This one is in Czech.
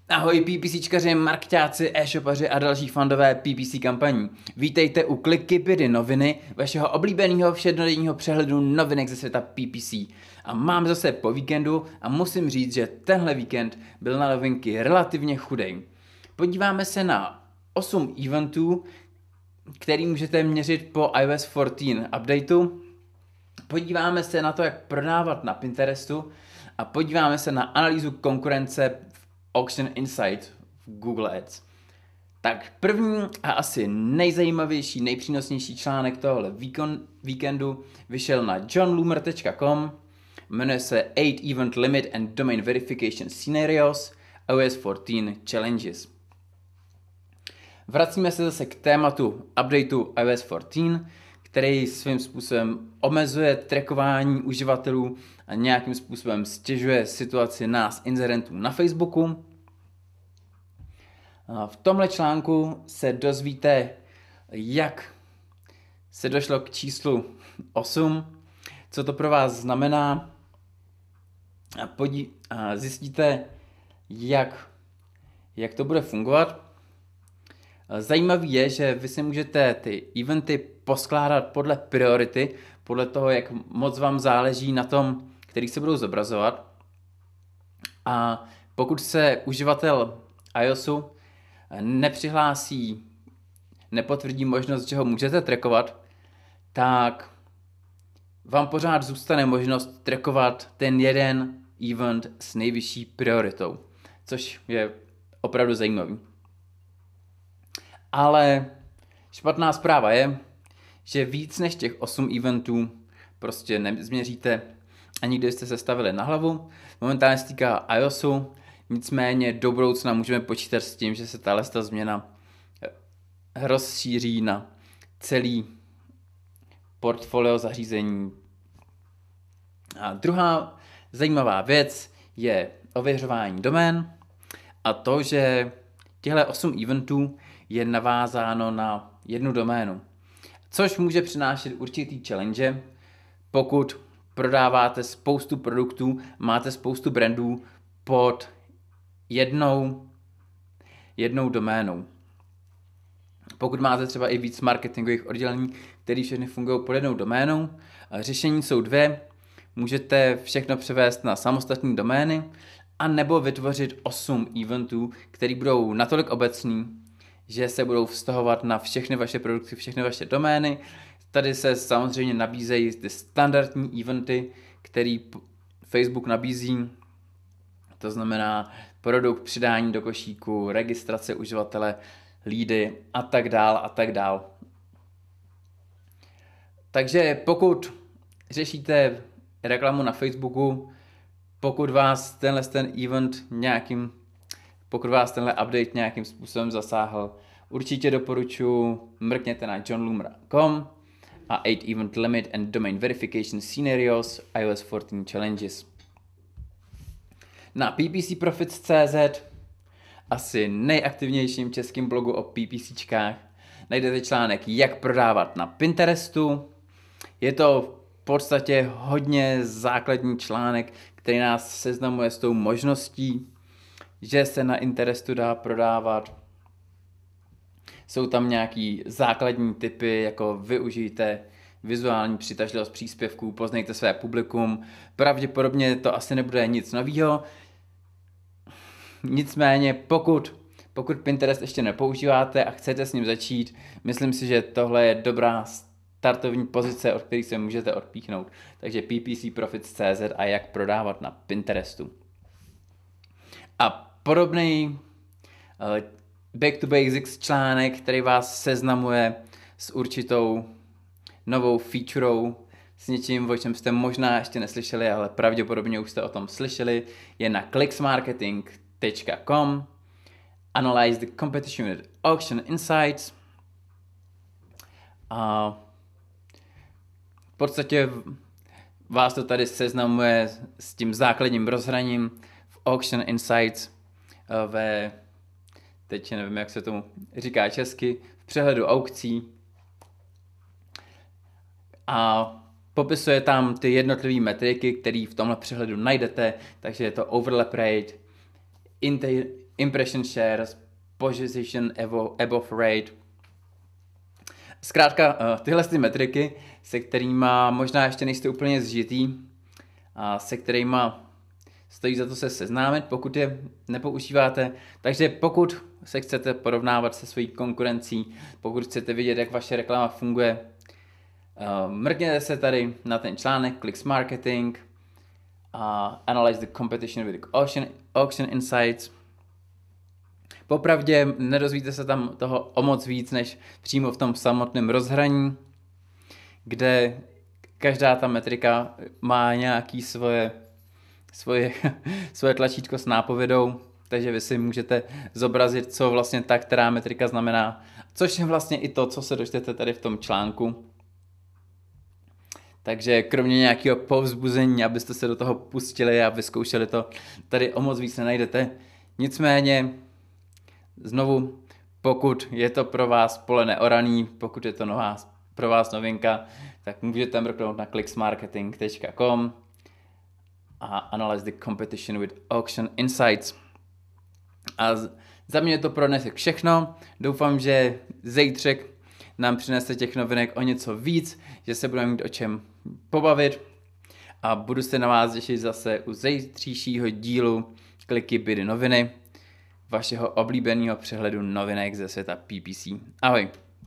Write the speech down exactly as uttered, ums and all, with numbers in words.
Ahoj PPCčkaři, marketáci, e-shopaři a další fandové P P C kampaní. Vítejte u Klikypedy noviny, vašeho oblíbeného všednodenního přehledu novinek ze světa P P C. A mám zase po víkendu a musím říct, že tenhle víkend byl na novinky relativně chudej. Podíváme se na osm eventů, který můžete měřit po i O S čtrnáct updateu. Podíváme se na to, jak prodávat na Pinterestu a podíváme se na analýzu konkurence v Auction Insight v Google Ads. Tak první a asi nejzajímavější, nejpřínosnější článek tohle víkendu vyšel na john loomer tečka com, jmenuje se eight Event Limit and Domain Verification Scenarios i O S čtrnáct Challenges. Vracíme se zase k tématu updateu i O S čtrnáct, který svým způsobem omezuje trackování uživatelů a nějakým způsobem stěžuje situaci nás, inzerentů na Facebooku. V tomhle článku se dozvíte, jak se došlo k číslu osm, co to pro vás znamená a, podí- a zjistíte, jak, jak to bude fungovat. Zajímavý je, že vy si můžete ty eventy poskládat podle priority, podle toho, jak moc vám záleží na tom, který se budou zobrazovat. A pokud se uživatel iOSu nepřihlásí, nepotvrdí možnost, že ho můžete trackovat, tak vám pořád zůstane možnost trackovat ten jeden event s nejvyšší prioritou, což je opravdu zajímavý. Ale špatná zpráva je, že víc než těch osm eventů prostě nezměříte, ani když jste se stavili na hlavu. Momentálně se týká iOSu, nicméně do budoucna můžeme počítat s tím, že se tahle změna rozšíří na celý portfolio zařízení. A druhá zajímavá věc je ověřování domén a to, že těchto osm eventů je navázáno na jednu doménu, což může přinášet určitý challenge, pokud prodáváte spoustu produktů, máte spoustu brandů pod jednou, jednou doménou. Pokud máte třeba i víc marketingových oddělení, které všechny fungují pod jednou doménou, řešení jsou dvě. Můžete všechno převést na samostatné domény a nebo vytvořit osm eventů, které budou natolik obecný, že se budou vztahovat na všechny vaše produkty, všechny vaše domény. Tady se samozřejmě nabízejí ty standardní eventy, který Facebook nabízí. To znamená produkt, přidání do košíku, registrace uživatele, lídy a tak dál a tak dál. Takže pokud řešíte reklamu na Facebooku, pokud vás tenhle ten event nějakým Pokud vás tenhle update nějakým způsobem zasáhl, určitě doporučuji mrkněte na john loomer tečka com a eight Event Limit and Domain Verification Scenarios i O S čtrnáct Challenges. Na ppcprofits tečka cé zet, asi nejaktivnějším českým blogu o PPCčkách, najdete článek Jak prodávat na Pinterestu. Je to v podstatě hodně základní článek, který nás seznamuje s tou možností, že se na Pinterestu dá prodávat. Jsou tam nějaký základní typy, jako využijte vizuální přitažlivost příspěvků, poznejte své publikum. Pravděpodobně to asi nebude nic nového. Nicméně pokud, pokud Pinterest ještě nepoužíváte a chcete s ním začít, myslím si, že tohle je dobrá startovní pozice, od které se můžete odpíchnout. Takže ppcprofits tečka cé zet a jak prodávat na Pinterestu. A podobný uh, Back to Basics článek, který vás seznamuje s určitou novou featurou, s něčím, o čem jste možná ještě neslyšeli, ale pravděpodobně už jste o tom slyšeli, je na klicksmarketing tečka com. Analyze the competition with Auction Insights. A v podstatě vás to tady seznamuje s tím základním rozhraním v Auction Insights ve, teď nevím, jak se tomu říká česky, v přehledu aukcí. A popisuje tam ty jednotlivé metriky, které v tomhle přehledu najdete, takže je to overlap rate, impression shares, position above rate. Zkrátka tyhle ty metriky, se kterými možná ještě nejste úplně zžitý, a se kterými stojí za to se seznámit, pokud je nepoužíváte. Takže pokud se chcete porovnávat se svojí konkurencí, pokud chcete vidět, jak vaše reklama funguje, mrkněte se tady na ten článek Clicks Marketing, uh, Analyze the Competition with Auction, auction Insights. Popravdě nedozvíte se tam toho o moc víc, než přímo v tom samotném rozhraní, kde každá ta metrika má nějaký svoje, svoje, svoje tlačítko s nápovědou, takže vy si můžete zobrazit, co vlastně ta která metrika znamená, což je vlastně i to, co se dočtete tady v tom článku. Takže kromě nějakého povzbuzení, abyste se do toho pustili a vyzkoušeli to, tady o moc víc nenajdete. Nicméně, znovu, pokud je to pro vás pole neoraný, pokud je to nová, pro vás novinka, tak můžete mrknout na clicks marketing tečka com a Analyze the Competition with Auction Insights. A za mě je to pro dnešek všechno. Doufám, že zítřek nám přinese těch novinek o něco víc, že se budeme mít o čem pobavit a budu se na vás těšit zase u zítřejšího dílu Kliky Bidy noviny, vašeho oblíbeného přehledu novinek ze světa P P C. Ahoj!